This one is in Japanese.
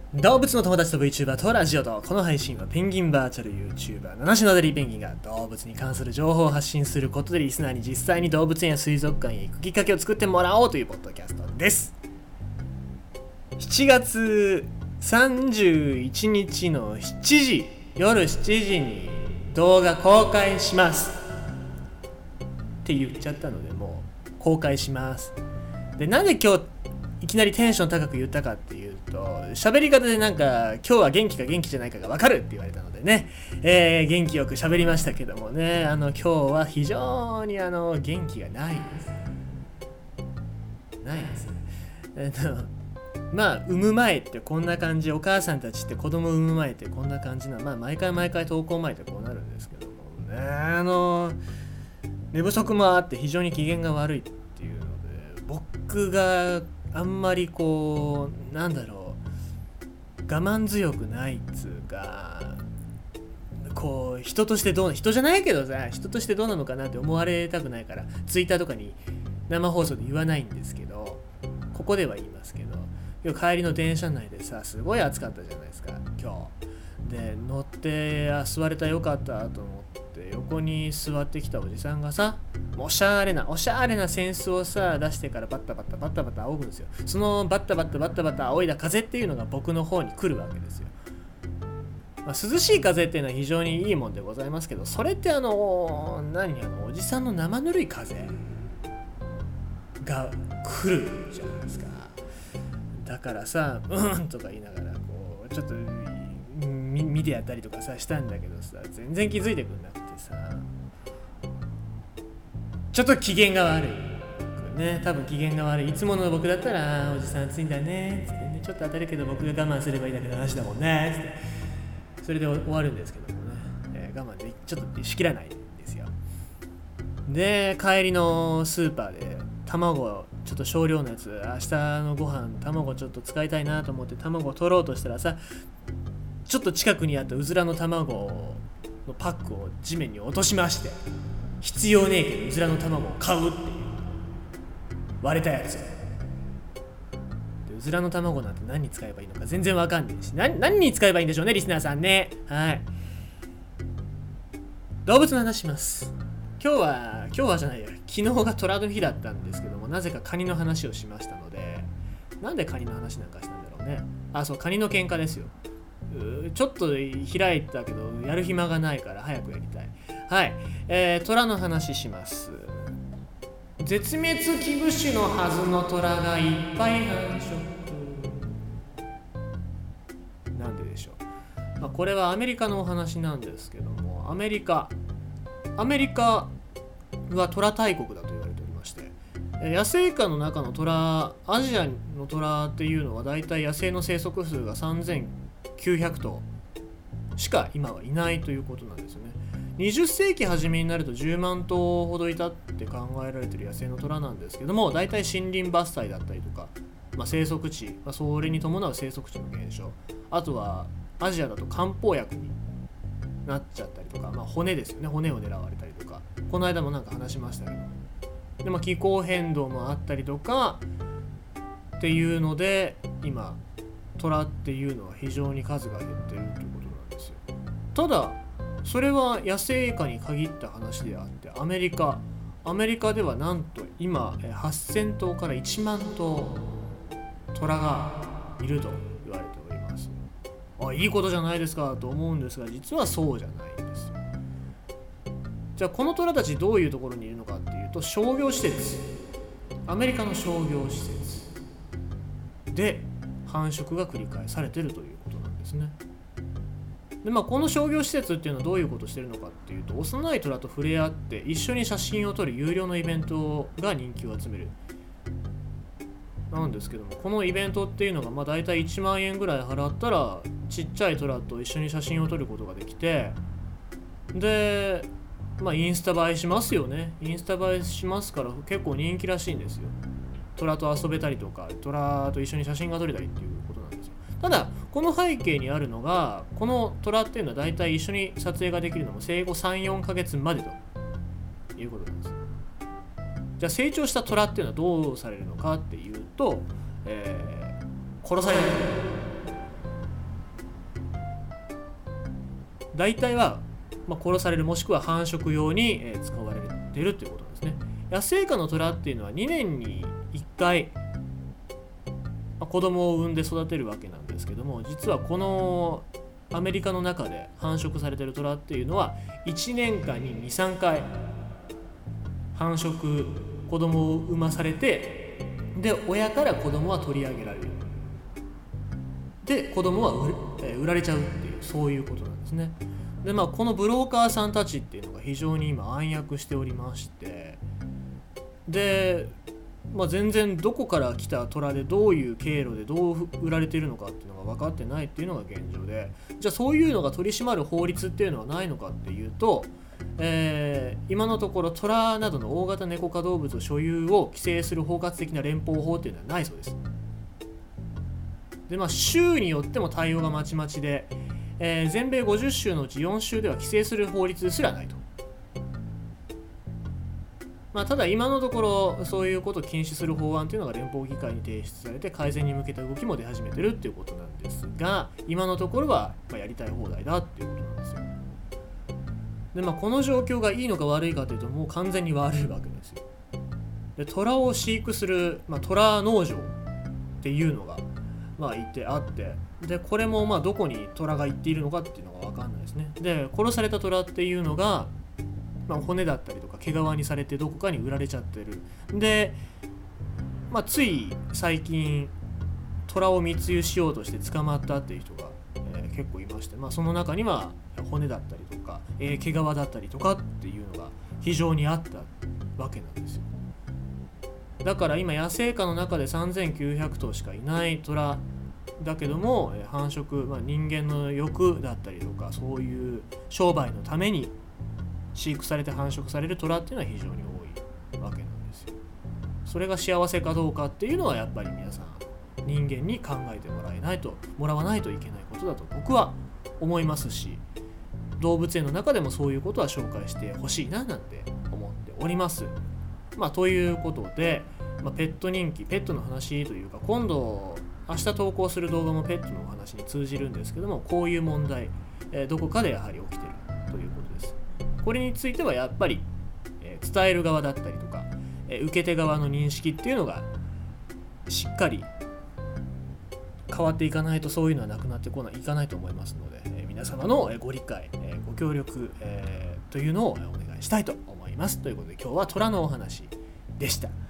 動物の友達と VTuber とラジオと、この配信はペンギンバーチャル YouTuber 七種のアデリーペンギンが動物に関する情報を発信することでリスナーに実際に動物園や水族館へ行くきっかけを作ってもらおうというポッドキャストです。7月31日の夜7時に動画公開しますって言っちゃったので、もう公開します。で、なんで今日いきなりテンション高く言ったかっていうと、喋り方でなんか今日は元気か元気じゃないかが分かるって言われたのでね、元気よく喋りましたけどもね、今日は非常に元気がないです。まあ産む前ってこんな感じ、お母さんたちって子供産む前ってこんな感じな、まあ毎回投稿前ってこうなるんですけどもね、寝不足もあって非常に機嫌が悪いっていうので、僕があんまりこう我慢強くないっつうか、こう人として人じゃないけどさ、人としてどうなのかなって思われたくないからツイッターとかに生放送で言わないんですけど、ここでは言いますけど、今日帰りの電車内でさ、すごい暑かったじゃないですか今日で、乗って座れたよかったと思って横に座ってきたおじさんがさ、おしゃれな扇子をさ出してからバッタバッタ仰ぐんですよ。そのバッタバッタ仰いだ風っていうのが僕の方に来るわけですよ。涼しい風っていうのは非常にいいもんでございますけど、それっておじさんの生ぬるい風が来るじゃないですか。だからさ、とか言いながらこうちょっと見てやったりとかさしたんだけどさ、全然気づいてくんなくてさ、ちょっと機嫌が悪いね。多分機嫌が悪い。いつもの僕だったらおじさん暑いんだねつってね、ちょっと当たるけど僕が我慢すればいいだけの話だもんねつってそれで終わるんですけどもね、我慢でちょっとしきらないんですよ。で、帰りのスーパーで卵ちょっと少量のやつ、明日のご飯卵ちょっと使いたいなと思って卵を取ろうとしたらさ、ちょっと近くにあったうずらの卵のパックを地面に落としまして、必要ねえけどうずらの卵を買うっていう割れたやつで、うずらの卵なんて何に使えばいいのか全然わかんないし、何に使えばいいんでしょうね、リスナーさんね。はい、動物の話します。今日はじゃないよ、昨日が虎の日だったんですけども、なぜかカニの話をしましたので、なんでカニの話なんかしたんだろうね。そう、カニの喧嘩ですよ。ちょっと開いたけどやる暇がないから早くやりたい。はい、虎の話します。絶滅危惧種のはずの虎がいっぱい繁殖。なんででしょう。これはアメリカのお話なんですけども、アメリカは虎大国だと言われておりまして、野生下の中の虎、アジアの虎っていうのはだいたい野生の生息数が3900頭しか今はいないということなんですよね。20世紀初めになると10万頭ほどいたって考えられている野生の虎なんですけども、だいたい森林伐採だったりとか、生息地、それに伴う生息地の減少、あとはアジアだと漢方薬になっちゃったりとか、骨ですよね、骨を狙われたりとか、この間もなんか話しましたけど、で、気候変動もあったりとかっていうので、今虎っていうのは非常に数が減っているということなんですよ。ただそれは野生下に限った話であって、アメリカではなんと今8000頭から1万頭虎がいると言われております。いいことじゃないですかと思うんですが、実はそうじゃないんですよ。じゃあこの虎たちどういうところにいるのかっていうと、商業施設、アメリカの商業施設で繁殖が繰り返されているということなんですね。で、この商業施設っていうのはどういうことをしているのかっていうと、幼い虎と触れ合って一緒に写真を撮る有料のイベントが人気を集めるなんですけども、このイベントっていうのがだいたい1万円ぐらい払ったらちっちゃい虎と一緒に写真を撮ることができて、で、インスタ映えしますよね。インスタ映えしますから結構人気らしいんですよ。虎と遊べたりとか、虎と一緒に写真が撮れたりっていうことなんですよ。ただこの背景にあるのが、この虎っていうのはだいたい一緒に撮影ができるのも生後 3,4 ヶ月までということなんです。じゃあ成長した虎っていうのはどうされるのかっていうと、殺される。 大体は、殺されるもしくは繁殖用に、使われているということですね。野生下の虎っていうのは2年に1回、子供を産んで育てるわけなんですけども、実はこのアメリカの中で繁殖されている虎っていうのは1年間に 2,3 回繁殖子供を産まされて、で親から子供は取り上げられる、で子供は売られちゃうっていう、そういうことなんですね。でこのブローカーさんたちっていうのが非常に今暗躍しておりまして、で、全然どこから来た虎でどういう経路でどう売られているのかっていうのが分かってないっていうのが現状で、じゃあそういうのが取り締まる法律っていうのはないのかっていうと、今のところ虎などの大型ネコ科動物所有を規制する包括的な連邦法っていうのはないそうです。で州によっても対応がまちまちで、全米50州のうち4州では規制する法律すらないと。ただ今のところそういうことを禁止する法案というのが連邦議会に提出されて改善に向けた動きも出始めてるっていうことなんですが、今のところはやりたい放題だっていうことなんですよ。でこの状況がいいのか悪いかというと、もう完全に悪いわけですよ。で虎を飼育する、虎農場っていうのがいてあって、でこれもどこに虎が行っているのかっていうのが分かんないですね。で殺された虎っていうのが骨だったりとか毛皮にされてどこかに売られちゃってる。で、つい最近虎を密輸しようとして捕まったっていう人が、結構いまして、その中には骨だったりとか、毛皮だったりとかっていうのが非常にあったわけなんですよ。だから今野生下の中で3900頭しかいない虎だけども、繁殖、人間の欲だったりとかそういう商売のために飼育されて繁殖される虎っていうのは非常に多いわけなんですよ。それが幸せかどうかっていうのはやっぱり皆さん人間に考えてもらわないといけないことだと僕は思いますし、動物園の中でもそういうことは紹介してほしいななんて思っております。ということで、ペット人気、ペットの話というか、明日投稿する動画もペットのお話に通じるんですけども、こういう問題、どこかでやはり起きているということです。これについてはやっぱり、伝える側だったりとか、受け手側の認識っていうのがしっかり変わっていかないと、そういうのはなくなっていかないと思いますので、皆様のご理解、ご協力、というのをお願いしたいと思います。ということで今日は虎のお話でした。